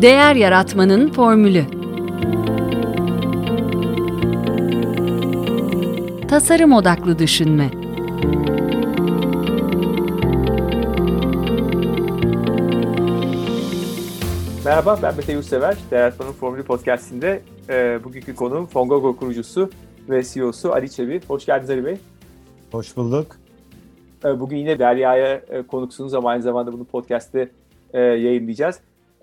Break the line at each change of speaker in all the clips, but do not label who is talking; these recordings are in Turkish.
Değer yaratmanın formülü. Tasarım odaklı düşünme.
Merhaba, ben Mete Yurtsever. Değer Yaratmanın Formülü Podcast'inde bugünkü konuğum Fongogo kurucusu ve CEO'su Ali Çebi. Hoş geldiniz Ali Bey.
Hoş bulduk.
Bugün yine Derya'ya konuksunuz ama aynı zamanda bunu podcast'te yayınlayacağız.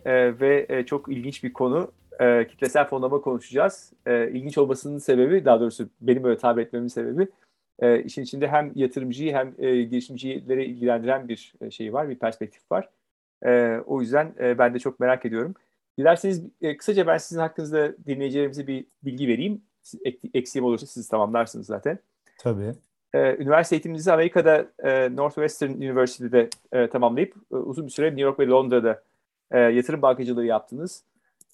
Ve çok ilginç bir konu. Kitlesel fonlama konuşacağız. İlginç olmasının sebebi, daha doğrusu benim öyle tabir etmemin sebebi, işin içinde hem yatırımcıyı hem girişimcileri ilgilendiren bir şey var, bir perspektif var. O yüzden ben de çok merak ediyorum. Dilerseniz kısaca ben sizin hakkınızda dinleyicilerimize bir bilgi vereyim. Eksiğim olursa siz tamamlarsınız zaten.
Tabii.
Üniversite eğitiminizi Amerika'da Northwestern University'de tamamlayıp uzun bir süre New York ve Londra'da yatırım bankacılığı yaptınız.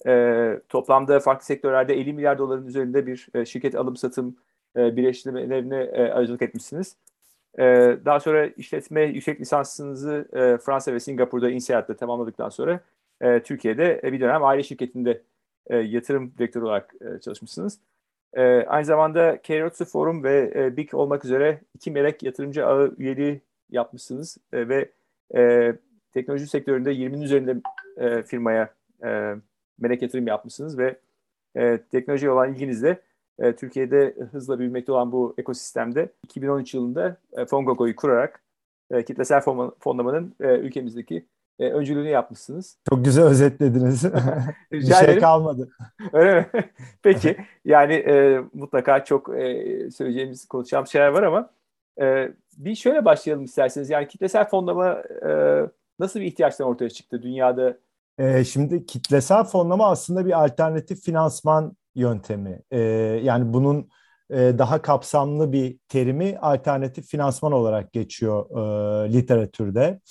Toplamda farklı sektörlerde 50 milyar doların üzerinde bir şirket alım-satım birleştirmelerine aracılık etmişsiniz. Daha sonra işletme yüksek lisansınızı Fransa ve Singapur'da INSEAD'da tamamladıktan sonra Türkiye'de bir dönem aile şirketinde yatırım direktörü olarak çalışmışsınız. Aynı zamanda Kairos Forum ve BIK olmak üzere 2 melek yatırımcı ağı üyeliği yapmışsınız ve teknoloji sektöründe 20'nin üzerinde firmaya melek yatırım yapmışsınız ve teknolojiye olan ilginizle Türkiye'de hızla büyümekte olan bu ekosistemde 2013 yılında Fongogo'yu kurarak kitlesel fonlamanın ülkemizdeki öncülüğünü yapmışsınız.
Çok güzel özetlediniz. Bir şey kalmadı.
Öyle mi? Peki. Yani mutlaka çok söyleyeceğimiz, konuşacağımız şeyler var ama bir şöyle başlayalım isterseniz. Yani kitlesel fonlama nasıl bir ihtiyaçtan ortaya çıktı dünyada?
Şimdi kitlesel fonlama aslında bir alternatif finansman yöntemi. Yani bunun daha kapsamlı bir terimi alternatif finansman olarak geçiyor literatürde.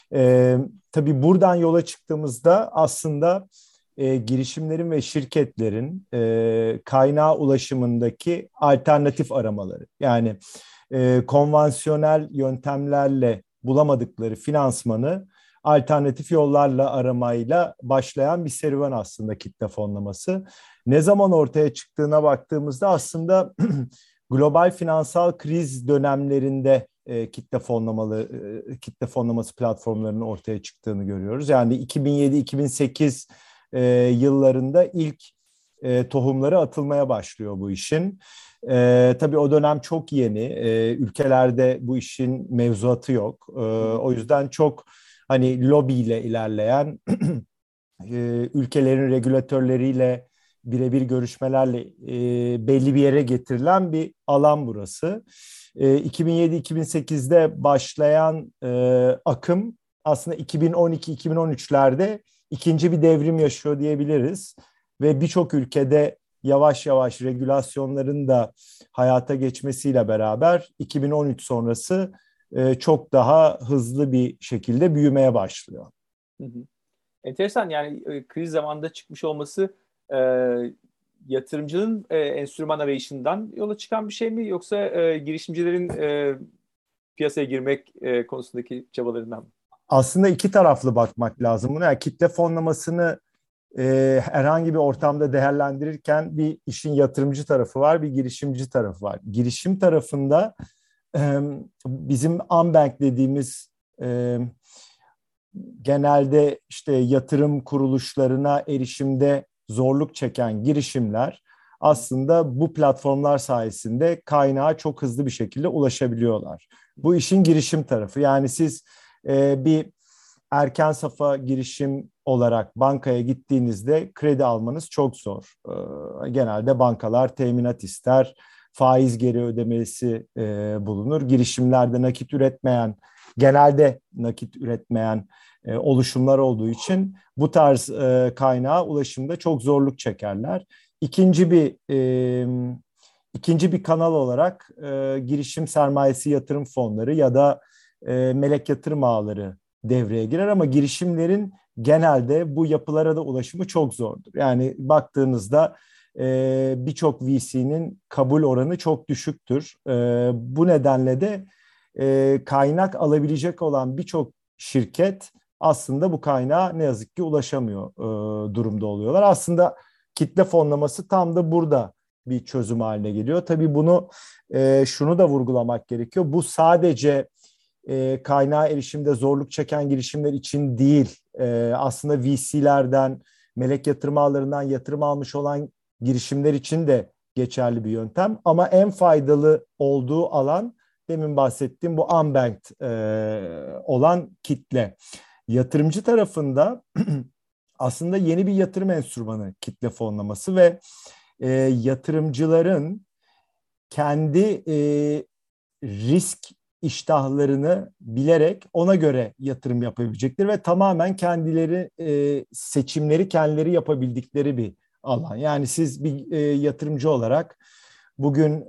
Tabii buradan yola çıktığımızda aslında girişimlerin ve şirketlerin kaynağı ulaşımındaki alternatif aramaları. Yani konvansiyonel yöntemlerle bulamadıkları finansmanı alternatif yollarla aramayla başlayan bir serüven aslında kitle fonlaması. Ne zaman ortaya çıktığına baktığımızda aslında global finansal kriz dönemlerinde kitle fonlaması platformlarının ortaya çıktığını görüyoruz. Yani 2007-2008 yıllarında ilk tohumları atılmaya başlıyor bu işin. Tabii o dönem çok yeni. Ülkelerde bu işin mevzuatı yok. O yüzden çok hani lobiyle ilerleyen, ülkelerin regülatörleriyle birebir görüşmelerle belli bir yere getirilen bir alan burası. 2007-2008'de başlayan akım aslında 2012-2013'lerde ikinci bir devrim yaşıyor diyebiliriz. Ve birçok ülkede yavaş yavaş regülasyonların da hayata geçmesiyle beraber 2013 sonrası çok daha hızlı bir şekilde büyümeye başlıyor.
Hı hı. Enteresan, yani kriz zamanında çıkmış olması yatırımcının enstrüman arayışından yola çıkan bir şey mi, yoksa girişimcilerin piyasaya girmek konusundaki çabalarından mı?
Aslında iki taraflı bakmak lazım buna. Yani kitle fonlamasını herhangi bir ortamda değerlendirirken bir işin yatırımcı tarafı var, bir girişimci tarafı var. Girişim tarafında bizim unbank dediğimiz genelde işte yatırım kuruluşlarına erişimde zorluk çeken girişimler aslında bu platformlar sayesinde kaynağa çok hızlı bir şekilde ulaşabiliyorlar. Bu işin girişim tarafı. Yani siz bir erken safha girişim olarak bankaya gittiğinizde kredi almanız çok zor. Genelde bankalar teminat ister, faiz geri ödemesi bulunur. Girişimlerde genelde nakit üretmeyen oluşumlar olduğu için bu tarz kaynağa ulaşımda çok zorluk çekerler. İkinci bir kanal olarak girişim sermayesi yatırım fonları ya da melek yatırım ağları devreye girer ama girişimlerin genelde bu yapılara da ulaşımı çok zordur. Yani baktığınızda birçok VC'nin kabul oranı çok düşüktür. Bu nedenle de kaynak alabilecek olan birçok şirket aslında bu kaynağa ne yazık ki ulaşamıyor durumda oluyorlar. Aslında kitle fonlaması tam da burada bir çözüm haline geliyor. Tabii bunu şunu da vurgulamak gerekiyor. Bu sadece kaynağa erişimde zorluk çeken girişimler için değil, aslında VC'lerden, melek yatırım ağlarından yatırım almış olan girişimler için de geçerli bir yöntem. Ama en faydalı olduğu alan demin bahsettiğim bu unbanked olan kitle. Yatırımcı tarafında aslında yeni bir yatırım enstrümanı kitle fonlaması ve yatırımcıların kendi risk iştahlarını bilerek ona göre yatırım yapabilecekleri ve tamamen kendileri seçimleri kendileri yapabildikleri bir alan. Yani siz bir yatırımcı olarak bugün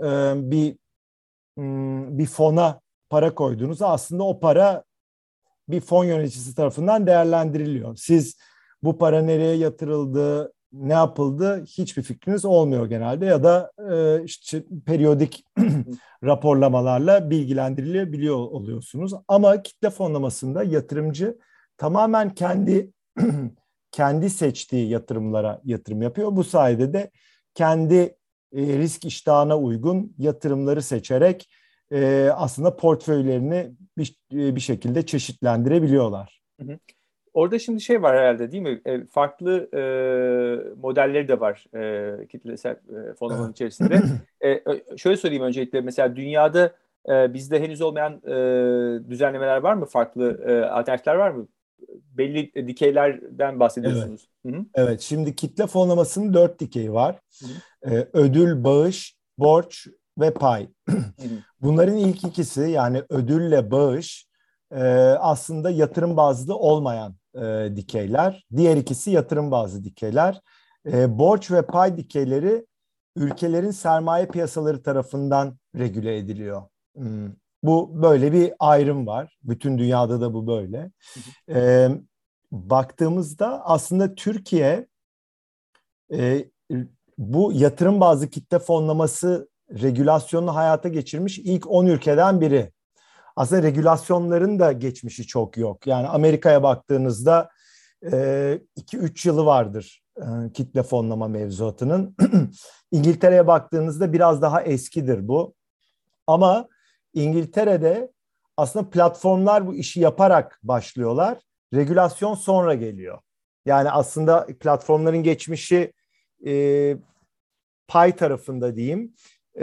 bir fona para koyduğunuzda aslında o para bir fon yöneticisi tarafından değerlendiriliyor. Siz bu para nereye yatırıldı, ne yapıldı hiçbir fikriniz olmuyor genelde ya da işte periyodik raporlamalarla bilgilendirilebiliyor oluyorsunuz. Ama kitle fonlamasında yatırımcı tamamen kendi seçtiği yatırımlara yatırım yapıyor. Bu sayede de kendi risk iştahına uygun yatırımları seçerek aslında portföylerini bir şekilde çeşitlendirebiliyorlar.
Hı hı. Orada şimdi şey var herhalde değil mi? Farklı modelleri de var kitlesel fonlamanın içerisinde. Şöyle söyleyeyim öncelikle mesela dünyada bizde henüz olmayan düzenlemeler var mı? Farklı alternatifler var mı? Belli dikeylerden bahsediyorsunuz.
Evet.
Hı-hı.
Evet, şimdi kitle fonlamasının 4 dikeyi var. Ödül, bağış, borç ve pay. Bunların ilk ikisi yani ödülle bağış aslında yatırım bazlı olmayan dikeyler. Diğer ikisi yatırım bazlı dikeyler. Borç ve pay dikeyleri ülkelerin sermaye piyasaları tarafından regüle ediliyor. Bu böyle bir ayrım var. Bütün dünyada da bu böyle. Baktığımızda aslında Türkiye bu yatırım bazlı kitle fonlaması regülasyonunu hayata geçirmiş ilk 10 ülkeden biri. Aslında regülasyonların da geçmişi çok yok. Yani Amerika'ya baktığınızda 2-3 yılı vardır kitle fonlama mevzuatının. İngiltere'ye baktığınızda biraz daha eskidir bu. Ama İngiltere'de aslında platformlar bu işi yaparak başlıyorlar. Regülasyon sonra geliyor. Yani aslında platformların geçmişi pay tarafında diyeyim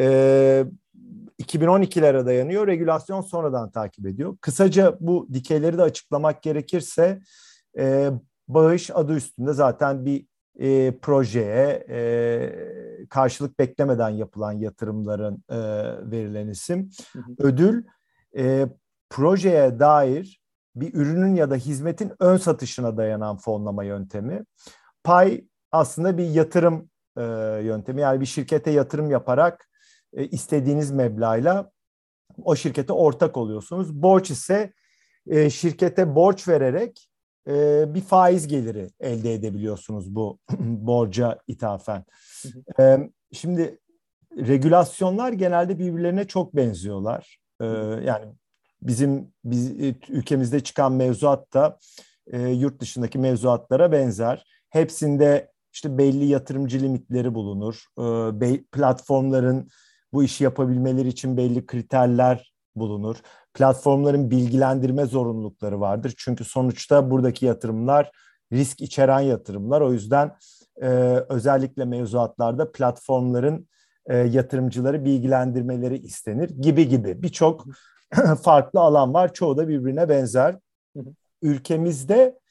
2012'lere dayanıyor. Regülasyon sonradan takip ediyor. Kısaca bu dikeyleri de açıklamak gerekirse bağış adı üstünde zaten bir projeye karşılık beklemeden yapılan yatırımların verilen isim. Ödül projeye dair bir ürünün ya da hizmetin ön satışına dayanan fonlama yöntemi. Pay aslında bir yatırım yöntemi. Yani bir şirkete yatırım yaparak istediğiniz meblağla o şirkete ortak oluyorsunuz. Borç ise şirkete borç vererek bir faiz geliri elde edebiliyorsunuz bu borca ithafen. Şimdi regülasyonlar genelde birbirlerine çok benziyorlar. Yani biz ülkemizde çıkan mevzuat da yurt dışındaki mevzuatlara benzer. Hepsinde işte belli yatırımcı limitleri bulunur. Platformların bu işi yapabilmeleri için belli kriterler bulunur. Platformların bilgilendirme zorunlulukları vardır. Çünkü sonuçta buradaki yatırımlar risk içeren yatırımlar. O yüzden özellikle mevzuatlarda platformların yatırımcıları bilgilendirmeleri istenir gibi. Birçok farklı alan var. Çoğu da birbirine benzer. Ülkemizde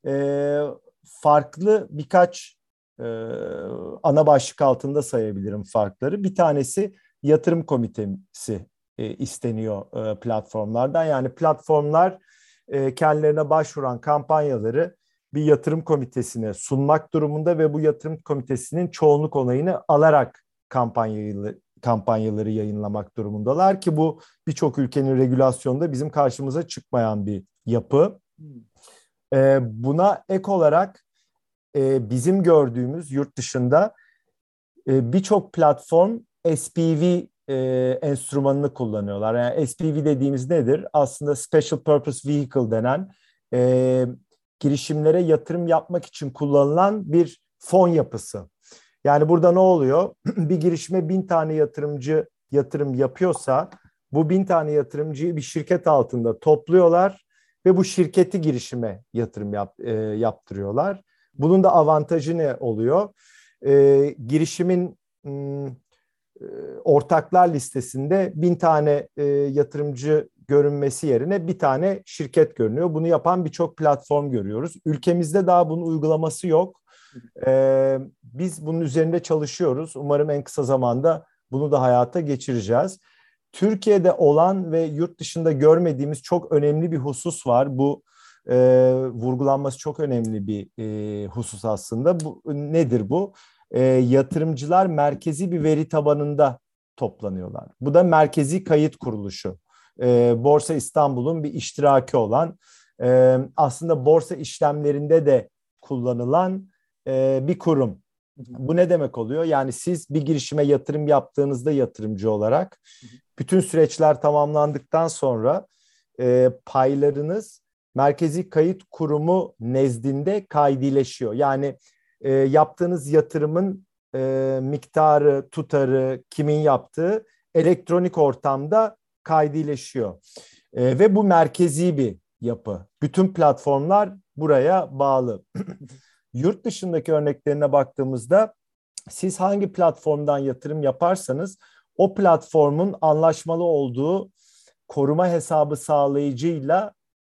farklı birkaç ana başlık altında sayabilirim farkları. Bir tanesi yatırım komitesi isteniyor platformlardan. Yani platformlar kendilerine başvuran kampanyaları bir yatırım komitesine sunmak durumunda ve bu yatırım komitesinin çoğunluk onayını alarak kampanyaları yayınlamak durumundalar ki bu birçok ülkenin regülasyonunda bizim karşımıza çıkmayan bir yapı. Buna ek olarak bizim gördüğümüz yurt dışında birçok platform SPV enstrümanını kullanıyorlar. Yani SPV dediğimiz nedir? Aslında Special Purpose Vehicle denen girişimlere yatırım yapmak için kullanılan bir fon yapısı. Yani burada ne oluyor? Bir girişime 1000 tane yatırımcı yatırım yapıyorsa bu 1000 tane yatırımcıyı bir şirket altında topluyorlar ve bu şirketi girişime yatırım yaptırıyorlar. Bunun da avantajı ne oluyor? Girişimin ortaklar listesinde 1000 tane yatırımcı görünmesi yerine bir tane şirket görünüyor. Bunu yapan birçok platform görüyoruz. Ülkemizde daha bunun uygulaması yok. Biz bunun üzerinde çalışıyoruz. Umarım en kısa zamanda bunu da hayata geçireceğiz. Türkiye'de olan ve yurt dışında görmediğimiz çok önemli bir husus var. Bu vurgulanması çok önemli bir husus aslında. Bu nedir bu? Yatırımcılar merkezi bir veri tabanında toplanıyorlar. Bu da Merkezi Kayıt Kuruluşu. Borsa İstanbul'un bir iştiraki olan, aslında borsa işlemlerinde de kullanılan bir kurum. Bu ne demek oluyor? Yani siz bir girişime yatırım yaptığınızda yatırımcı olarak bütün süreçler tamamlandıktan sonra paylarınız Merkezi Kayıt Kurumu nezdinde kaydileşiyor. Yani yaptığınız yatırımın miktarı, tutarı, kimin yaptığı elektronik ortamda kaydileşiyor. Ve bu merkezi bir yapı. Bütün platformlar buraya bağlı. Yurt dışındaki örneklerine baktığımızda siz hangi platformdan yatırım yaparsanız o platformun anlaşmalı olduğu koruma hesabı sağlayıcıyla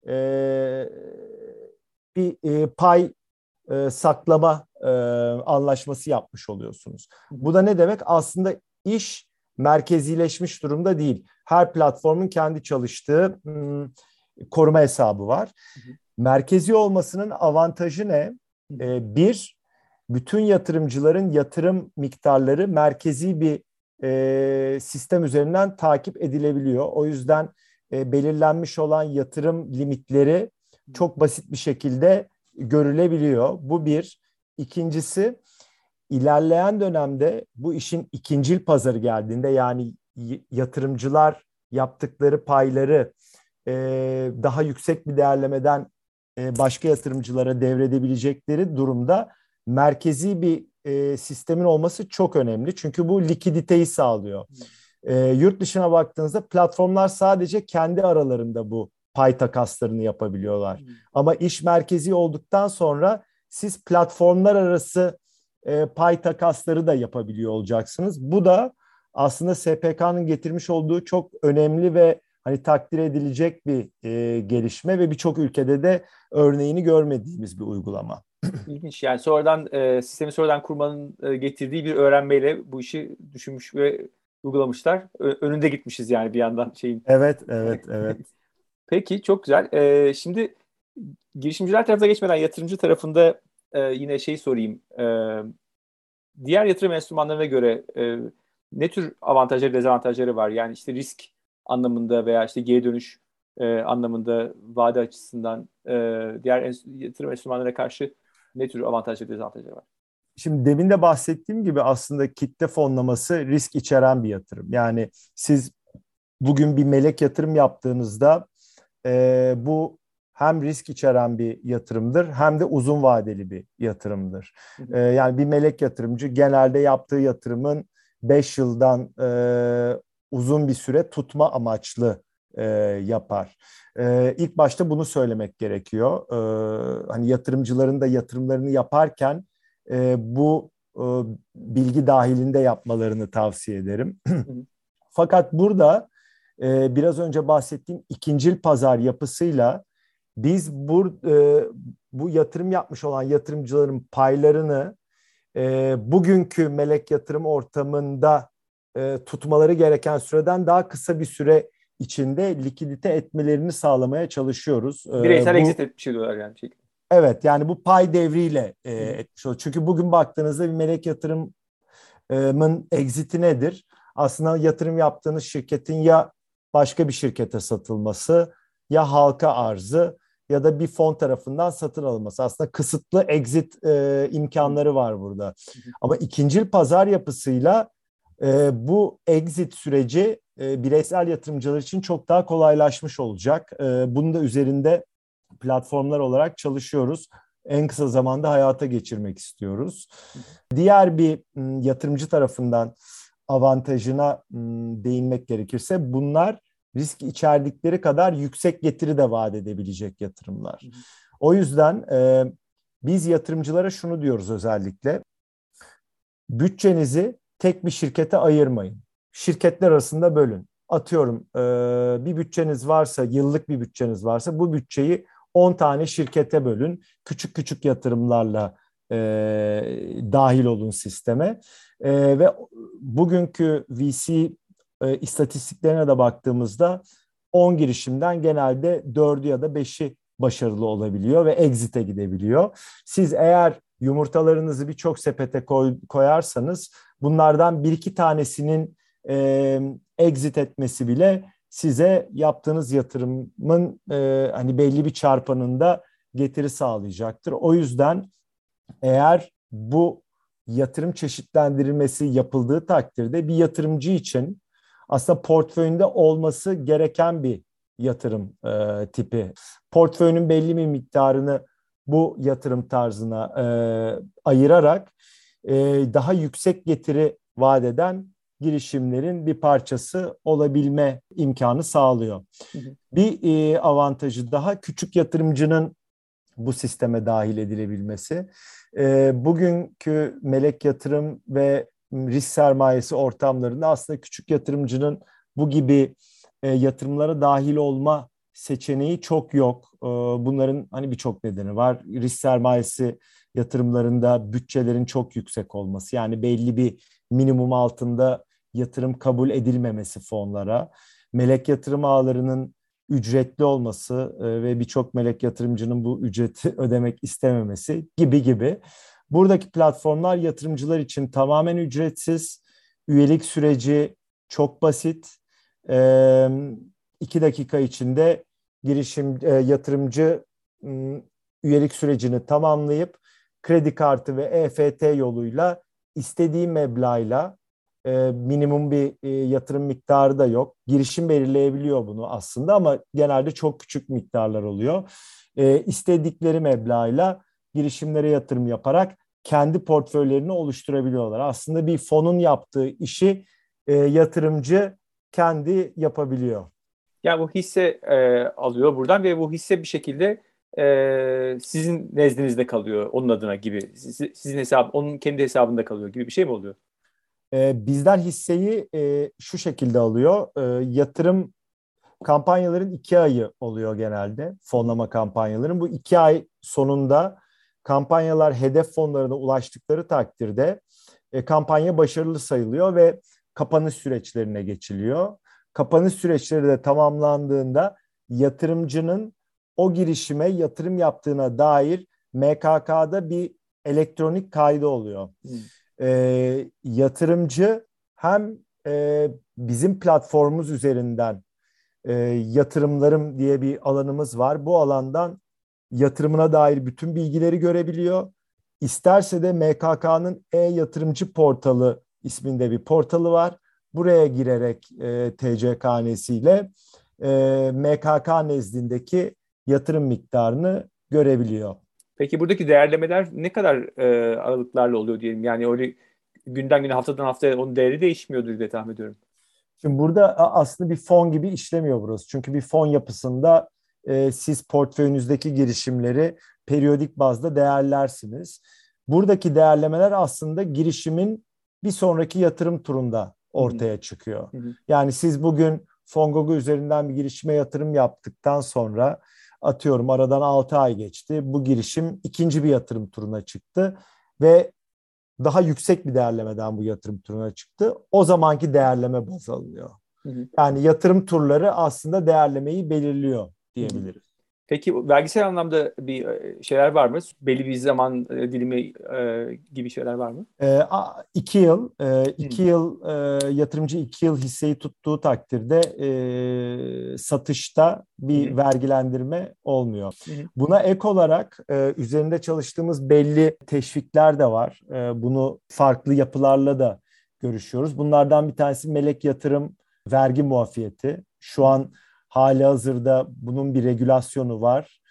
bir pay saklama anlaşması yapmış oluyorsunuz. Bu da ne demek? Aslında iş merkezileşmiş durumda değil. Her platformun kendi çalıştığı koruma hesabı var. Merkezi olmasının avantajı ne? Bir, bütün yatırımcıların yatırım miktarları merkezi bir sistem üzerinden takip edilebiliyor. O yüzden belirlenmiş olan yatırım limitleri çok basit bir şekilde görülebiliyor. Bu bir. İkincisi, ilerleyen dönemde bu işin ikincil pazarı geldiğinde, yani yatırımcılar yaptıkları payları daha yüksek bir değerlemeden başka yatırımcılara devredebilecekleri durumda merkezi bir sistemin olması çok önemli. Çünkü bu likiditeyi sağlıyor. Yurt dışına baktığınızda platformlar sadece kendi aralarında bu pay takaslarını yapabiliyorlar. Ama iş merkezi olduktan sonra siz platformlar arası pay takasları da yapabiliyor olacaksınız. Bu da aslında SPK'nın getirmiş olduğu çok önemli ve hani takdir edilecek bir gelişme ve birçok ülkede de örneğini görmediğimiz bir uygulama.
İlginç, yani sistemi sonradan kurmanın getirdiği bir öğrenmeyle bu işi düşünmüş ve uygulamışlar. Önünde gitmişiz yani bir yandan şeyin.
Evet.
Peki, çok güzel. Şimdi girişimciler tarafına geçmeden yatırımcı tarafında yine sorayım. Diğer yatırım enstrümanlarına göre ne tür avantajları, dezavantajları var? Yani risk anlamında veya geri dönüş anlamında, vade açısından diğer yatırım enstrümanlarına karşı ne tür avantajları, dezavantajları var?
Şimdi demin de bahsettiğim gibi aslında kitle fonlaması risk içeren bir yatırım. Yani siz bugün bir melek yatırım yaptığınızda bu hem risk içeren bir yatırımdır hem de uzun vadeli bir yatırımdır. Yani bir melek yatırımcı genelde yaptığı yatırımın 5 yıldan uzun bir süre tutma amaçlı yapar. İlk başta bunu söylemek gerekiyor. Hani yatırımcıların da yatırımlarını yaparken bu bilgi dahilinde yapmalarını tavsiye ederim. Fakat burada biraz önce bahsettiğim ikincil pazar yapısıyla biz bu yatırım yapmış olan yatırımcıların paylarını bugünkü melek yatırım ortamında tutmaları gereken süreden daha kısa bir süre içinde likidite etmelerini sağlamaya çalışıyoruz.
Bireysel exit etmiş diyorlar yani.
Evet, yani bu pay devriyle etmiş oluyor. Çünkü bugün baktığınızda bir melek yatırımın exit'i nedir? Aslında yatırım yaptığınız şirketin ya başka bir şirkete satılması, ya halka arzı ya da bir fon tarafından satın alınması. Aslında kısıtlı exit imkanları var burada. Ama ikincil pazar yapısıyla bu exit süreci bireysel yatırımcılar için çok daha kolaylaşmış olacak. Bunun da üzerinde platformlar olarak çalışıyoruz. En kısa zamanda hayata geçirmek istiyoruz. Diğer bir yatırımcı tarafından avantajına değinmek gerekirse bunlar risk içerdikleri kadar yüksek getiri de vaat edebilecek yatırımlar. O yüzden biz yatırımcılara şunu diyoruz özellikle. Bütçenizi tek bir şirkete ayırmayın. Şirketler arasında bölün. Atıyorum bir bütçeniz varsa, yıllık bir bütçeniz varsa bu bütçeyi 10 tane şirkete bölün. Küçük küçük yatırımlarla dahil olun sisteme. Ve bugünkü VC istatistiklerine de baktığımızda 10 girişimden genelde 4'ü ya da 5'i başarılı olabiliyor ve exit'e gidebiliyor. Siz eğer yumurtalarınızı birçok sepete koyarsanız bunlardan bir iki tanesinin exit etmesi bile size yaptığınız yatırımın hani belli bir çarpanında getiri sağlayacaktır. O yüzden eğer bu yatırım çeşitlendirilmesi yapıldığı takdirde bir yatırımcı için aslında portföyünde olması gereken bir yatırım tipi. Portföyünün belli bir miktarını bu yatırım tarzına ayırarak daha yüksek getiri vaat eden girişimlerin bir parçası olabilme imkanı sağlıyor. Bir avantajı daha küçük yatırımcının bu sisteme dahil edilebilmesi. Bugünkü melek yatırım ve risk sermayesi ortamlarında aslında küçük yatırımcının bu gibi yatırımlara dahil olma seçeneği çok yok. Bunların hani birçok nedeni var. Risk sermayesi yatırımlarında bütçelerin çok yüksek olması, yani belli bir minimum altında yatırım kabul edilmemesi fonlara, melek yatırım ağlarının ücretli olması ve birçok melek yatırımcının bu ücreti ödemek istememesi gibi. Buradaki platformlar yatırımcılar için tamamen ücretsiz, üyelik süreci çok basit. 2 dakika içinde yatırımcı üyelik sürecini tamamlayıp kredi kartı ve EFT yoluyla istediği meblağla, minimum bir yatırım miktarı da yok. Girişim belirleyebiliyor bunu aslında ama genelde çok küçük miktarlar oluyor. İstedikleri meblağla girişimlere yatırım yaparak kendi portföylerini oluşturabiliyorlar. Aslında bir fonun yaptığı işi yatırımcı kendi yapabiliyor.
Yani bu hisse alıyor buradan ve bu hisse bir şekilde sizin nezdinizde kalıyor onun adına gibi. Sizin onun kendi hesabında kalıyor gibi bir şey mi oluyor?
Bizden hisseyi şu şekilde alıyor. Yatırım kampanyaların 2 ayı oluyor genelde. Fonlama kampanyaların. Bu 2 ay sonunda kampanyalar hedef fonlarına ulaştıkları takdirde kampanya başarılı sayılıyor ve kapanış süreçlerine geçiliyor. Kapanış süreçleri de tamamlandığında yatırımcının o girişime yatırım yaptığına dair MKK'da bir elektronik kaydı oluyor. Yatırımcı hem bizim platformumuz üzerinden yatırımlarım diye bir alanımız var. Bu alandan yatırımına dair bütün bilgileri görebiliyor. İsterse de MKK'nın e-yatırımcı portalı isminde bir portalı var. Buraya girerek TCK'nesiyle MKK nezdindeki yatırım miktarını görebiliyor.
Peki buradaki değerlemeler ne kadar aralıklarla oluyor diyelim? Yani öyle günden güne, haftadan haftaya onun değeri değişmiyordur diye tahmin ediyorum.
Şimdi burada aslında bir fon gibi işlemiyor burası. Çünkü bir fon yapısında siz portföyünüzdeki girişimleri periyodik bazda değerlersiniz. Buradaki değerlemeler aslında girişimin bir sonraki yatırım turunda ortaya çıkıyor. Yani siz bugün Fongogo üzerinden bir girişime yatırım yaptıktan sonra, atıyorum aradan 6 ay geçti. Bu girişim ikinci bir yatırım turuna çıktı ve daha yüksek bir değerlemeden bu yatırım turuna çıktı. O zamanki değerleme baz alınıyor. Yani yatırım turları aslında değerlemeyi belirliyor diyebiliriz.
Peki vergisel anlamda bir şeyler var mı? Belli bir zaman dilimi gibi şeyler var mı?
2 yıl. 2 yıl yatırımcı 2 yıl hisseyi tuttuğu takdirde satışta bir vergilendirme olmuyor. Buna ek olarak üzerinde çalıştığımız belli teşvikler de var. Bunu farklı yapılarla da görüşüyoruz. Bunlardan bir tanesi melek yatırım vergi muafiyeti. Şu an halihazırda bunun bir regülasyonu var.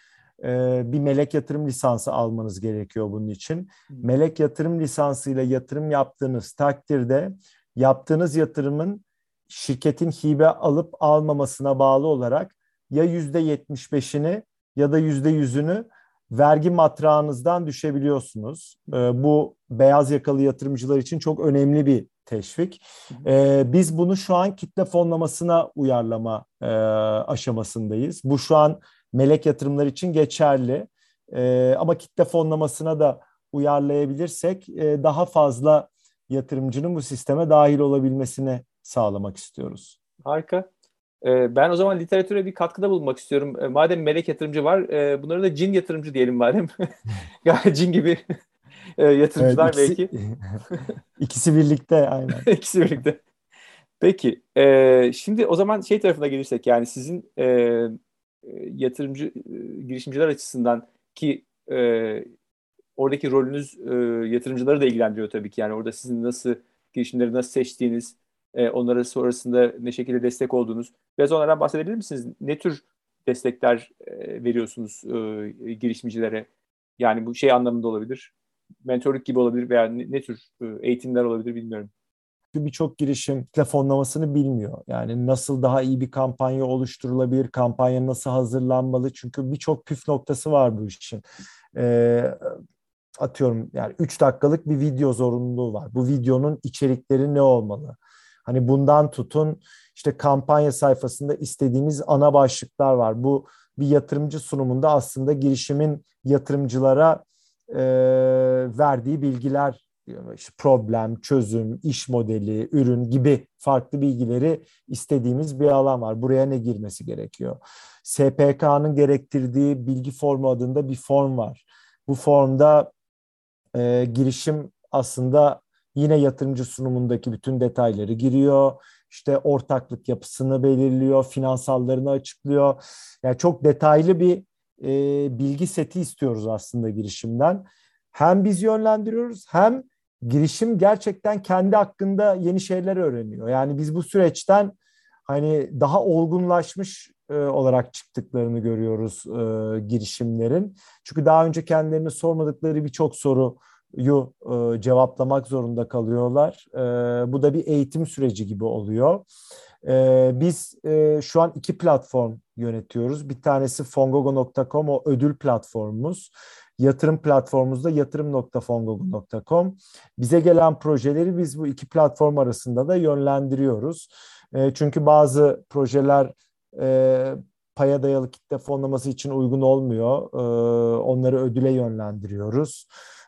bir melek yatırım lisansı almanız gerekiyor bunun için. Melek yatırım lisansıyla yatırım yaptığınız takdirde yaptığınız yatırımın şirketin hibe alıp almamasına bağlı olarak ya %75'ini ya da %100'ünü vergi matrağınızdan düşebiliyorsunuz. Bu beyaz yakalı yatırımcılar için çok önemli bir teşvik. Biz bunu şu an kitle fonlamasına uyarlama aşamasındayız. Bu şu an melek yatırımlar için geçerli. Ama kitle fonlamasına da uyarlayabilirsek daha fazla yatırımcının bu sisteme dahil olabilmesini sağlamak istiyoruz.
Harika. Ben o zaman literatüre bir katkıda bulunmak istiyorum. Madem melek yatırımcı var, bunlara da cin yatırımcı diyelim madem. Yani cin gibi yatırımcılar
Evet,
belki.
İkisi birlikte aynen.
İkisi birlikte. Peki. Şimdi o zaman şey tarafına gelirsek, yani sizin yatırımcı girişimciler açısından ki oradaki rolünüz yatırımcıları da ilgilendiriyor tabii ki. Yani orada sizin nasıl girişimleri nasıl seçtiğiniz, onlara sonrasında ne şekilde destek olduğunuz. Biraz onlardan bahsedebilir misiniz? Ne tür destekler veriyorsunuz girişimcilere? Yani bu şey anlamında olabilir. Mentorluk gibi olabilir veya ne tür eğitimler olabilir bilmiyorum.
Birçok girişim kitle fonlamasını bilmiyor. Yani nasıl daha iyi bir kampanya oluşturulabilir, kampanya nasıl hazırlanmalı? Çünkü birçok püf noktası var bu işin. Atıyorum yani 3 dakikalık bir video zorunluluğu var. Bu videonun içerikleri ne olmalı? Hani bundan tutun işte kampanya sayfasında istediğimiz ana başlıklar var. Bu bir yatırımcı sunumunda aslında girişimin yatırımcılara verdiği bilgiler, işte problem, çözüm, iş modeli, ürün gibi farklı bilgileri istediğimiz bir alan var. Buraya ne girmesi gerekiyor? SPK'nın gerektirdiği bilgi formu adında bir form var. Bu formda girişim aslında yine yatırımcı sunumundaki bütün detayları giriyor. İşte ortaklık yapısını belirliyor, finansallarını açıklıyor. Yani çok detaylı bir bilgi seti istiyoruz aslında girişimden. Hem biz yönlendiriyoruz hem girişim gerçekten kendi hakkında yeni şeyler öğreniyor. Yani biz bu süreçten hani daha olgunlaşmış olarak çıktıklarını görüyoruz girişimlerin. Çünkü daha önce kendilerine sormadıkları birçok soruyu cevaplamak zorunda kalıyorlar. Bu da bir eğitim süreci gibi oluyor. Biz şu an 2 platform yönetiyoruz. Bir tanesi Fongogo.com, o ödül platformumuz. Yatırım platformumuz da yatırım.fongogo.com. Bize gelen projeleri biz bu 2 platform arasında da yönlendiriyoruz. Çünkü bazı projeler paya dayalı kitle fonlaması için uygun olmuyor. Onları ödüle yönlendiriyoruz.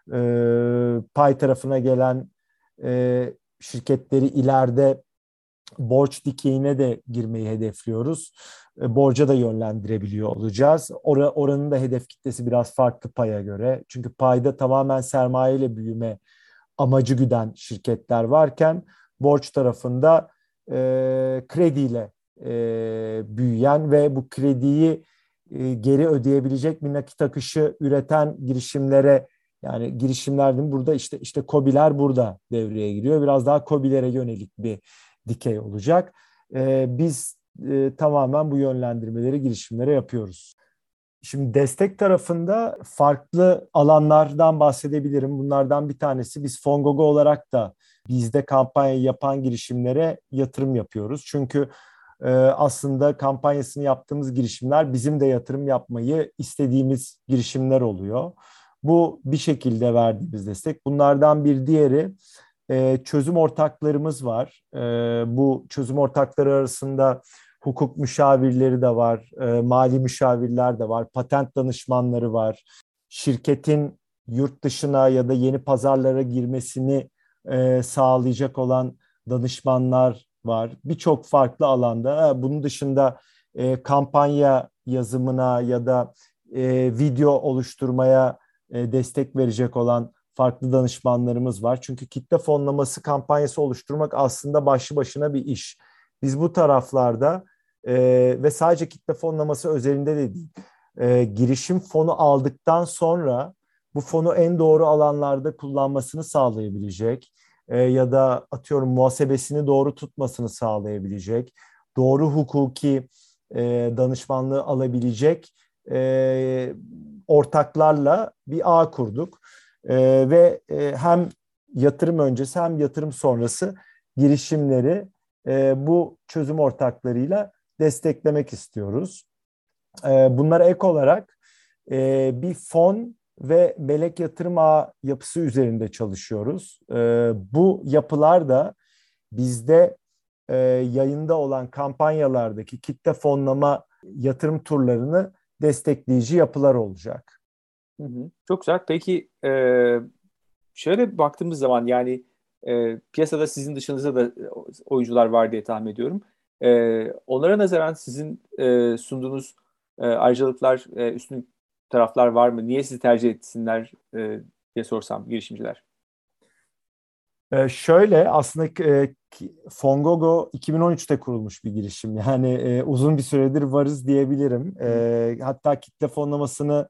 Pay tarafına gelen şirketleri ileride borç dikeyine de girmeyi hedefliyoruz. Borca da yönlendirebiliyor olacağız. Oranın da hedef kitlesi biraz farklı paya göre. Çünkü payda tamamen sermayeyle büyüme amacı güden şirketler varken borç tarafında krediyle büyüyen ve bu krediyi geri ödeyebilecek bir nakit akışı üreten girişimlere, yani girişimler değil mi? Burada işte KOBİ'ler burada devreye giriyor. Biraz daha KOBİ'lere yönelik bir dikey olacak. Biz tamamen bu yönlendirmeleri girişimlere yapıyoruz. Şimdi destek tarafında farklı alanlardan bahsedebilirim. Bunlardan bir tanesi, biz Fongogo olarak da bizde kampanya yapan girişimlere yatırım yapıyoruz. Çünkü aslında kampanyasını yaptığımız girişimler bizim de yatırım yapmayı istediğimiz girişimler oluyor. Bu bir şekilde verdiğimiz destek. Bunlardan bir diğeri çözüm ortaklarımız var. Bu çözüm ortakları arasında hukuk müşavirleri de var, mali müşavirler de var, patent danışmanları var. Şirketin yurt dışına ya da yeni pazarlara girmesini sağlayacak olan danışmanlar var. Birçok farklı alanda. Bunun dışında kampanya yazımına ya da video oluşturmaya destek verecek olan farklı danışmanlarımız var. Çünkü kitle fonlaması kampanyası oluşturmak aslında başlı başına bir iş. Biz bu taraflarda ve sadece kitle fonlaması özelinde de değil, girişim fonu aldıktan sonra bu fonu en doğru alanlarda kullanmasını sağlayabilecek ya da atıyorum muhasebesini doğru tutmasını sağlayabilecek, doğru hukuki danışmanlığı alabilecek ortaklarla bir ağ kurduk. Ve hem yatırım öncesi hem yatırım sonrası girişimleri bu çözüm ortaklarıyla desteklemek istiyoruz. Bunlara ek olarak bir fon ve melek yatırım ağı yapısı üzerinde çalışıyoruz. Bu yapılar da bizde yayında olan kampanyalardaki kitle fonlama yatırım turlarını destekleyici yapılar olacak.
Hı hı. Çok güzel. Peki şöyle baktığımız zaman yani piyasada sizin dışınızda da oyuncular var diye tahmin ediyorum. Onlara nazaran sizin sunduğunuz ayrıcalıklar, üstün taraflar var mı? Niye sizi tercih etsinler diye sorsam girişimciler.
Şöyle aslında Fongogo 2013'te kurulmuş bir girişim. Yani uzun bir süredir varız diyebilirim. Hatta kitle fonlamasını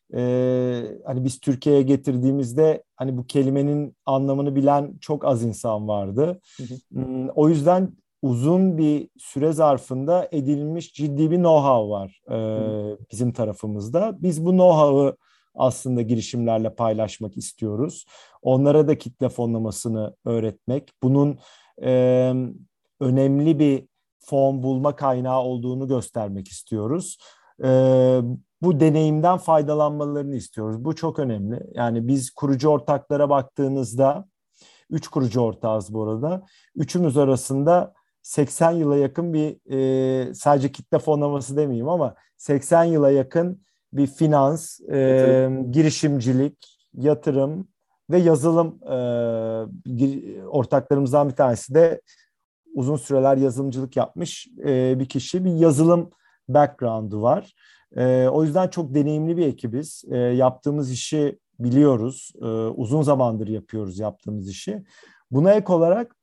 hani biz Türkiye'ye getirdiğimizde hani bu kelimenin anlamını bilen çok az insan vardı. O yüzden uzun bir süre zarfında edinilmiş ciddi bir know-how var bizim tarafımızda. Biz bu know-how'ı aslında girişimlerle paylaşmak istiyoruz. Onlara da kitle fonlamasını öğretmek, bunun önemli bir fon bulma kaynağı olduğunu göstermek istiyoruz. Bu deneyimden faydalanmalarını istiyoruz. Bu çok önemli. Yani biz kurucu ortaklara baktığınızda, 3 kurucu ortağız bu arada. Üçümüz arasında 80 yıla yakın bir sadece kitle fonlaması demeyeyim ama 80 yıla yakın bir finans, girişimcilik, yatırım ve yazılım ortaklarımızdan bir tanesi de uzun süreler yazılımcılık yapmış bir kişi. Bir yazılım background'u var. O yüzden çok deneyimli bir ekibiz. Yaptığımız işi biliyoruz. Uzun zamandır yapıyoruz yaptığımız işi. Buna ek olarak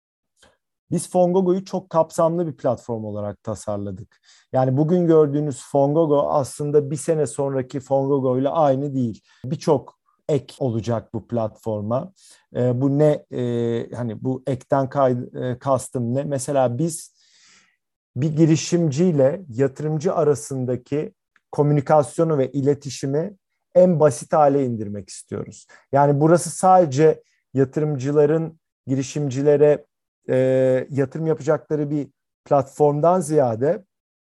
biz Fongogo'yu çok kapsamlı bir platform olarak tasarladık. Yani bugün gördüğünüz Fongogo aslında bir sene sonraki Fongogo ile aynı değil. Birçok ek olacak bu platforma. Bu ne? Hani bu ekten kastım ne? Mesela biz bir girişimciyle yatırımcı arasındaki komünikasyonu ve iletişimi en basit hale indirmek istiyoruz. Yani burası sadece yatırımcıların girişimcilere yatırım yapacakları bir platformdan ziyade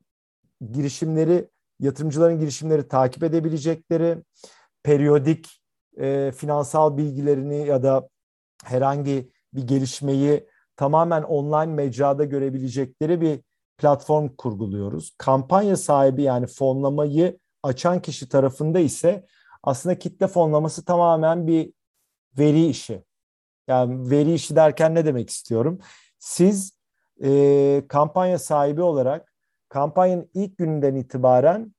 yatırımcıların girişimleri takip edebilecekleri, periyodik finansal bilgilerini ya da herhangi bir gelişmeyi tamamen online mecrada görebilecekleri bir platform kurguluyoruz. Kampanya sahibi yani fonlamayı açan kişi tarafında ise aslında kitle fonlaması tamamen bir veri işi. Yani veri işi derken ne demek istiyorum? Siz kampanya sahibi olarak kampanyanın ilk gününden itibaren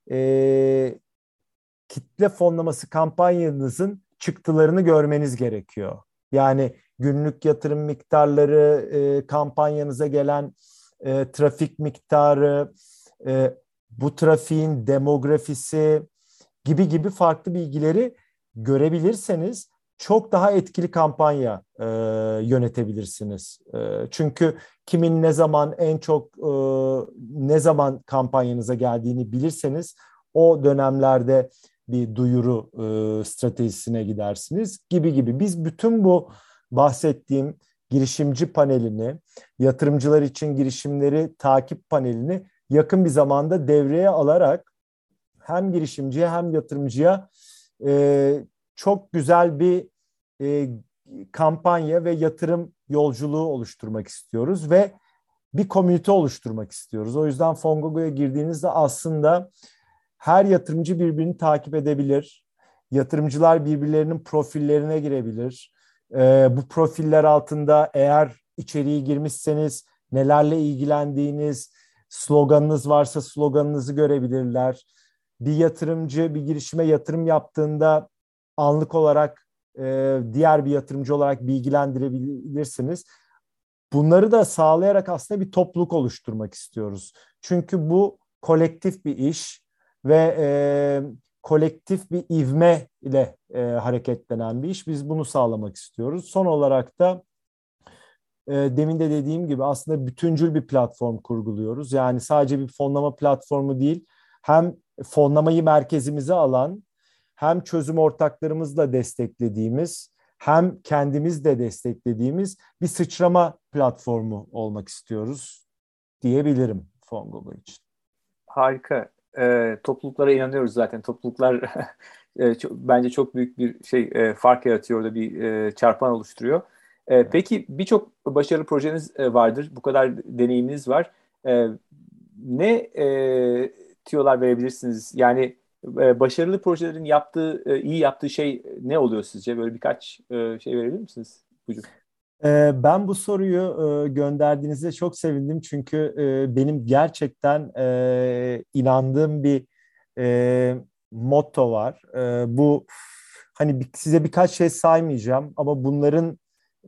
kitle fonlaması kampanyanızın çıktılarını görmeniz gerekiyor. Yani günlük yatırım miktarları, kampanyanıza gelen trafik miktarı, bu trafiğin demografisi gibi farklı bilgileri görebilirseniz çok daha etkili kampanya yönetebilirsiniz. Çünkü kimin ne zaman kampanyanıza geldiğini bilirseniz o dönemlerde bir duyuru stratejisine gidersiniz gibi. Biz bütün bu bahsettiğim girişimci panelini, yatırımcılar için girişimleri takip panelini yakın bir zamanda devreye alarak hem girişimciye hem yatırımcıya çok güzel bir kampanya ve yatırım yolculuğu oluşturmak istiyoruz ve bir komünite oluşturmak istiyoruz. O yüzden Fongogo'ya girdiğinizde aslında her yatırımcı birbirini takip edebilir. Yatırımcılar birbirlerinin profillerine girebilir. Bu profiller altında eğer içeriği girmişseniz nelerle ilgilendiğiniz, sloganınız varsa sloganınızı görebilirler. Bir yatırımcı bir girişime yatırım yaptığında anlık olarak diğer bir yatırımcı olarak bilgilendirebilirsiniz. Bunları da sağlayarak aslında bir topluluk oluşturmak istiyoruz. Çünkü bu kolektif bir iş ve kolektif bir ivme ile hareketlenen bir iş. Biz bunu sağlamak istiyoruz. Son olarak da demin de dediğim gibi aslında bütüncül bir platform kurguluyoruz. Yani sadece bir fonlama platformu değil, hem fonlamayı merkezimize alan, hem çözüm ortaklarımızla desteklediğimiz, hem kendimiz de desteklediğimiz bir sıçrama platformu olmak istiyoruz diyebilirim Fongogo için.
Harika. Topluluklara inanıyoruz zaten. Topluluklar bence çok büyük bir fark yaratıyor, orada bir çarpan oluşturuyor. Peki birçok başarılı projeniz vardır. Bu kadar deneyiminiz var. Ne tüyolar verebilirsiniz? Yani başarılı projelerin iyi yaptığı şey ne oluyor sizce? Böyle birkaç şey verebilir misiniz? Buyurun.
Ben bu soruyu gönderdiğinizde çok sevindim çünkü benim gerçekten inandığım bir motto var. Bu hani size birkaç şey saymayacağım ama bunların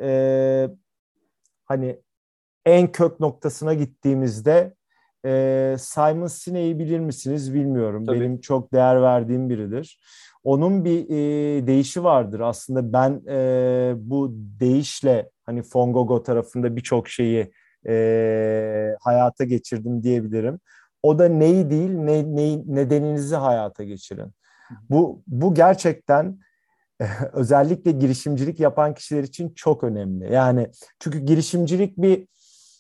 hani en kök noktasına gittiğimizde Simon Sinek'i bilir misiniz bilmiyorum.
Tabii.
Benim çok değer verdiğim biridir. Onun bir deyişi vardır. Aslında ben bu deyişle hani Fongogo tarafında birçok şeyi hayata geçirdim diyebilirim. O da neyi değil, nedeninizi hayata geçirin. Bu gerçekten özellikle girişimcilik yapan kişiler için çok önemli. Yani çünkü girişimcilik bir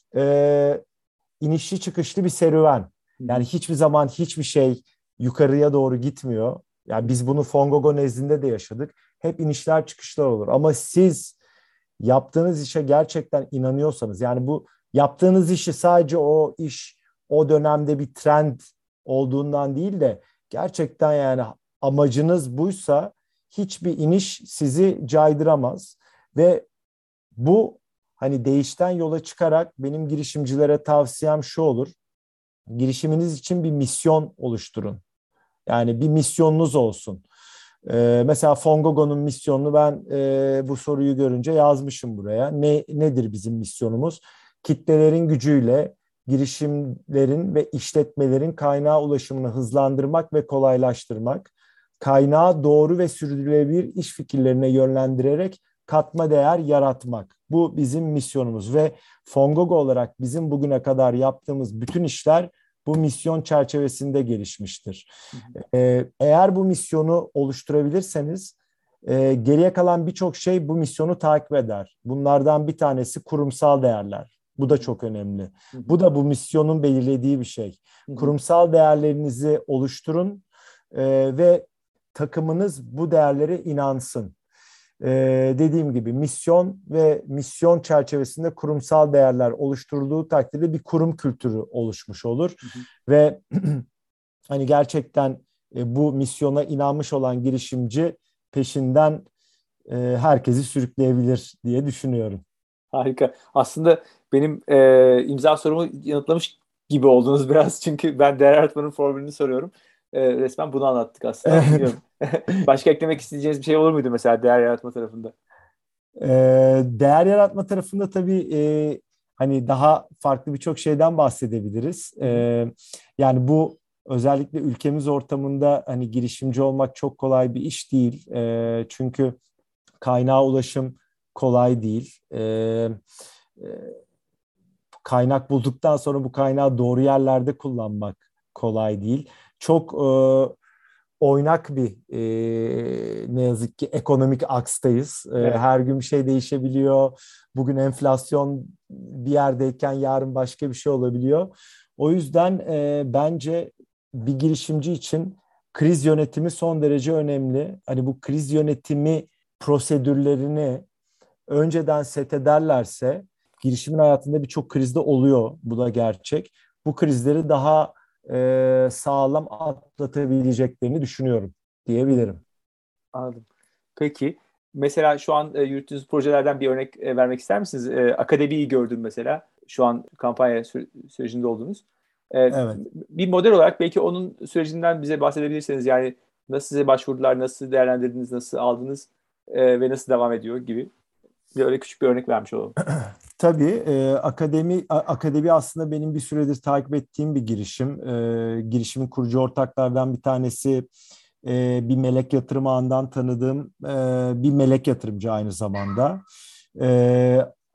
inişli çıkışlı bir serüven. Yani hiçbir zaman hiçbir şey yukarıya doğru gitmiyor. Yani biz bunu Fongogo nezdinde de yaşadık. Hep inişler çıkışlar olur. Ama siz yaptığınız işe gerçekten inanıyorsanız, yani bu yaptığınız işi sadece o iş o dönemde bir trend olduğundan değil de gerçekten yani amacınız buysa hiçbir iniş sizi caydıramaz. Ve bu hani değişten yola çıkarak benim girişimcilere tavsiyem şu olur. Girişiminiz için bir misyon oluşturun. Yani bir misyonunuz olsun. Mesela Fongogo'nun misyonunu ben bu soruyu görünce yazmışım buraya. Nedir bizim misyonumuz? Kitlelerin gücüyle girişimlerin ve işletmelerin kaynağa ulaşımını hızlandırmak ve kolaylaştırmak. Kaynağı doğru ve sürdürülebilir iş fikirlerine yönlendirerek katma değer yaratmak. Bu bizim misyonumuz ve Fongogo olarak bizim bugüne kadar yaptığımız bütün işler bu misyon çerçevesinde gelişmiştir. Eğer bu misyonu oluşturabilirseniz geriye kalan birçok şey bu misyonu takip eder. Bunlardan bir tanesi kurumsal değerler. Bu da çok önemli. Bu da bu misyonun belirlediği bir şey. Kurumsal değerlerinizi oluşturun ve takımınız bu değerlere inansın. Dediğim gibi misyon ve misyon çerçevesinde kurumsal değerler oluşturulduğu takdirde bir kurum kültürü oluşmuş olur. Ve hani gerçekten bu misyona inanmış olan girişimci peşinden herkesi sürükleyebilir diye düşünüyorum.
Harika. Aslında benim imza sorumu yanıtlamış gibi oldunuz biraz. Çünkü ben değer yaratmanın formülünü soruyorum. Resmen bunu anlattık aslında ama bilmiyorum. Başka eklemek isteyeceğiniz bir şey olur muydu mesela değer yaratma tarafında?
Değer yaratma tarafında tabii hani daha farklı birçok şeyden bahsedebiliriz. Yani bu özellikle ülkemiz ortamında hani girişimci olmak çok kolay bir iş değil. Çünkü kaynağa ulaşım kolay değil. Kaynak bulduktan sonra bu kaynağı doğru yerlerde kullanmak kolay değil. Çok oynak bir ne yazık ki ekonomik akstayız.
Evet.
Her gün bir şey değişebiliyor. Bugün enflasyon bir yerdeyken yarın başka bir şey olabiliyor. O yüzden bence bir girişimci için kriz yönetimi son derece önemli. Hani bu kriz yönetimi prosedürlerini önceden set ederlerse girişimin hayatında birçok krizde oluyor. Bu da gerçek. Bu krizleri daha sağlam atlatabileceklerini düşünüyorum diyebilirim.
Anladım. Peki. Mesela şu an yürüttüğünüz projelerden bir örnek vermek ister misiniz? Akademiyi gördüm mesela. Şu an kampanya sürecinde oldunuz.
Evet.
Bir model olarak belki onun sürecinden bize bahsedebilirseniz, yani nasıl size başvurdular, nasıl değerlendirdiniz, nasıl aldınız ve nasıl devam ediyor gibi. Bir öyle küçük bir örnek vermiş olalım.
Tabii akademi aslında benim bir süredir takip ettiğim bir girişim. Girişimin kurucu ortaklardan bir tanesi bir melek yatırım ağından tanıdığım bir melek yatırımcı aynı zamanda.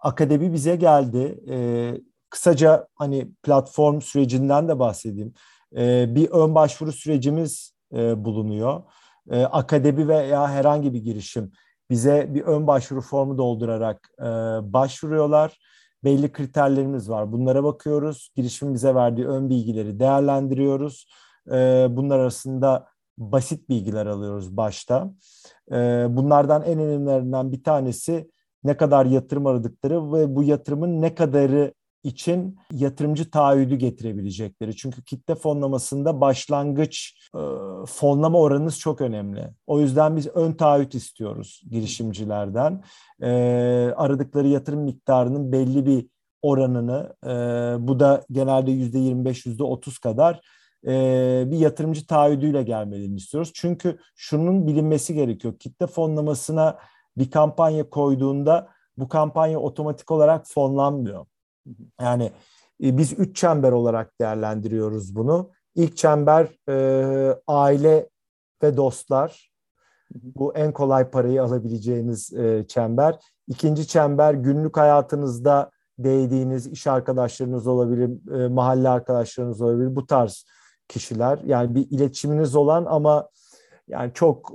Akademi bize geldi. Kısaca hani platform sürecinden de bahsedeyim. Bir ön başvuru sürecimiz bulunuyor. Akademi veya herhangi bir girişim bize bir ön başvuru formu doldurarak başvuruyorlar. Belli kriterlerimiz var. Bunlara bakıyoruz. Girişimin bize verdiği ön bilgileri değerlendiriyoruz. Bunlar arasında basit bilgiler alıyoruz başta. Bunlardan en önemlilerinden bir tanesi ne kadar yatırım aradıkları ve bu yatırımın ne kadarı için yatırımcı taahhüdü getirebilecekleri. Çünkü kitle fonlamasında başlangıç fonlama oranınız çok önemli. O yüzden biz ön taahhüt istiyoruz girişimcilerden. Aradıkları yatırım miktarının belli bir oranını, bu da genelde %25, %30 kadar bir yatırımcı taahhüdüyle gelmelerini istiyoruz. Çünkü şunun bilinmesi gerekiyor. Kitle fonlamasına bir kampanya koyduğunda bu kampanya otomatik olarak fonlanmıyor. Yani biz 3 çember olarak değerlendiriyoruz bunu. İlk çember aile ve dostlar. Bu en kolay parayı alabileceğiniz çember. İkinci çember günlük hayatınızda değdiğiniz iş arkadaşlarınız olabilir, mahalle arkadaşlarınız olabilir. Bu tarz kişiler. Yani bir iletişiminiz olan ama yani çok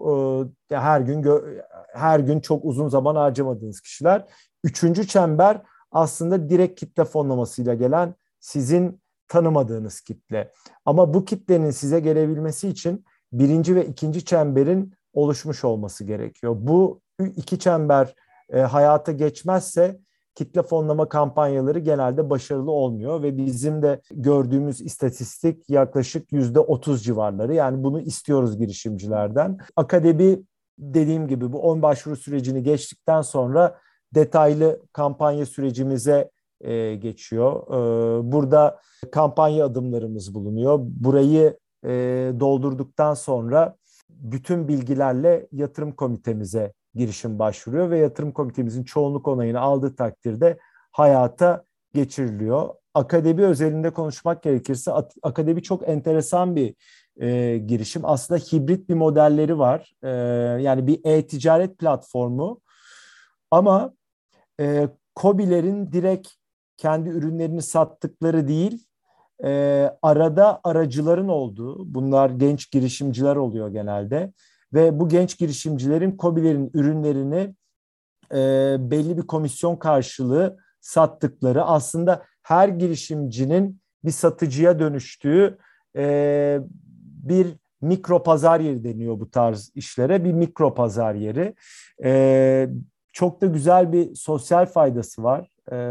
her gün çok uzun zaman harcamadığınız kişiler. Üçüncü çember aslında direkt kitle fonlamasıyla gelen sizin tanımadığınız kitle. Ama bu kitlenin size gelebilmesi için birinci ve ikinci çemberin oluşmuş olması gerekiyor. Bu iki çember hayata geçmezse kitle fonlama kampanyaları genelde başarılı olmuyor ve bizim de gördüğümüz istatistik yaklaşık %30 civarları. Yani bunu istiyoruz girişimcilerden. Akademi dediğim gibi bu ön başvuru sürecini geçtikten sonra detaylı kampanya sürecimize geçiyor. Burada kampanya adımlarımız bulunuyor. Burayı doldurduktan sonra bütün bilgilerle yatırım komitemize girişim başvuruyor ve yatırım komitemizin çoğunluk onayını aldığı takdirde hayata geçiriliyor. Akademi özelinde konuşmak gerekirse Akademi çok enteresan bir girişim. Aslında hibrit bir modelleri var. Yani bir e-ticaret platformu ama KOBİ'lerin direkt kendi ürünlerini sattıkları değil, arada aracıların olduğu, bunlar genç girişimciler oluyor genelde ve bu genç girişimcilerin KOBİ'lerin ürünlerini belli bir komisyon karşılığı sattıkları, aslında her girişimcinin bir satıcıya dönüştüğü bir mikro pazar yeri deniyor bu tarz işlere, bir mikro pazar yeri. Çok da güzel bir sosyal faydası var.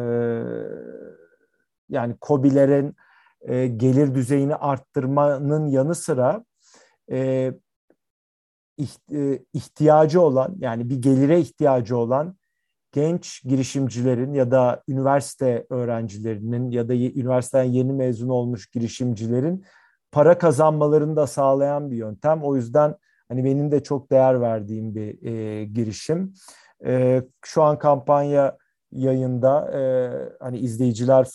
Yani KOBİ'lerin gelir düzeyini arttırmanın yanı sıra ihtiyacı olan, yani bir gelire ihtiyacı olan genç girişimcilerin ya da üniversite öğrencilerinin ya da üniversiteden yeni mezun olmuş girişimcilerin para kazanmalarını da sağlayan bir yöntem. O yüzden hani benim de çok değer verdiğim bir girişim. Şu an kampanya yayında, hani izleyiciler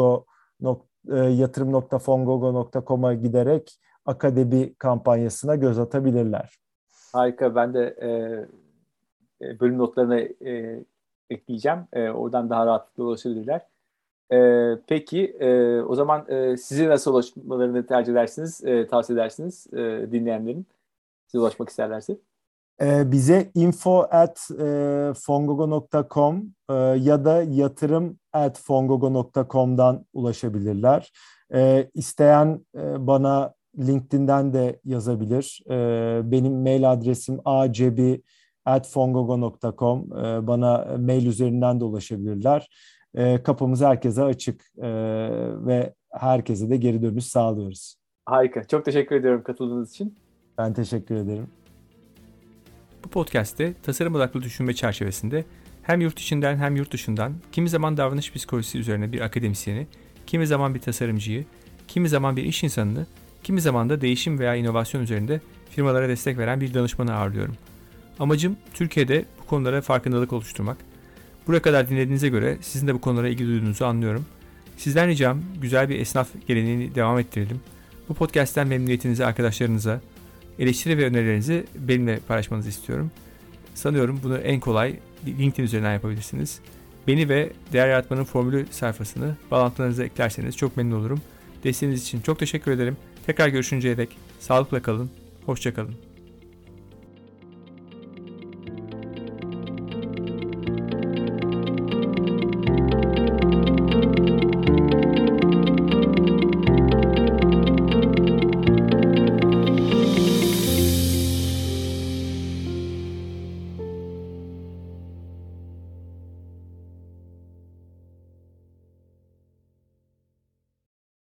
yatırım.fongogo.com'a giderek Akademi kampanyasına göz atabilirler.
Harika. Ben de bölüm notlarına ekleyeceğim. Oradan daha rahatlıkla ulaşabilirler. Peki o zaman size nasıl ulaşmalarını tercih edersiniz, tavsiye edersiniz dinleyenlerin size ulaşmak isterlerse?
Bize info@fongogo.com ya da yatırım@fongogo.com'dan ulaşabilirler. İsteyen bana LinkedIn'den de yazabilir. Benim mail adresim acebi@fongogo.com. Bana mail üzerinden de ulaşabilirler. Kapımız herkese açık ve herkese de geri dönüş sağlıyoruz.
Harika. Çok teşekkür ediyorum katıldığınız için.
Ben teşekkür ederim.
Bu podcast'te tasarım odaklı düşünme çerçevesinde hem yurt içinden hem yurt dışından kimi zaman davranış psikolojisi üzerine bir akademisyeni, kimi zaman bir tasarımcıyı, kimi zaman bir iş insanını, kimi zaman da değişim veya inovasyon üzerinde firmalara destek veren bir danışmanı ağırlıyorum. Amacım Türkiye'de bu konulara farkındalık oluşturmak. Buraya kadar dinlediğinize göre sizin de bu konulara ilgi duyduğunuzu anlıyorum. Sizden ricam güzel bir esnaf geleneğini devam ettirelim. Bu podcast'ten memnuniyetinizi arkadaşlarınıza, eleştiri ve önerilerinizi benimle paylaşmanızı istiyorum. Sanıyorum bunu en kolay LinkedIn üzerinden yapabilirsiniz. Beni ve Değer Yaratmanın Formülü sayfasını bağlantılarınıza eklerseniz çok memnun olurum. Desteğiniz için çok teşekkür ederim. Tekrar görüşünceye dek sağlıkla kalın, hoşça kalın.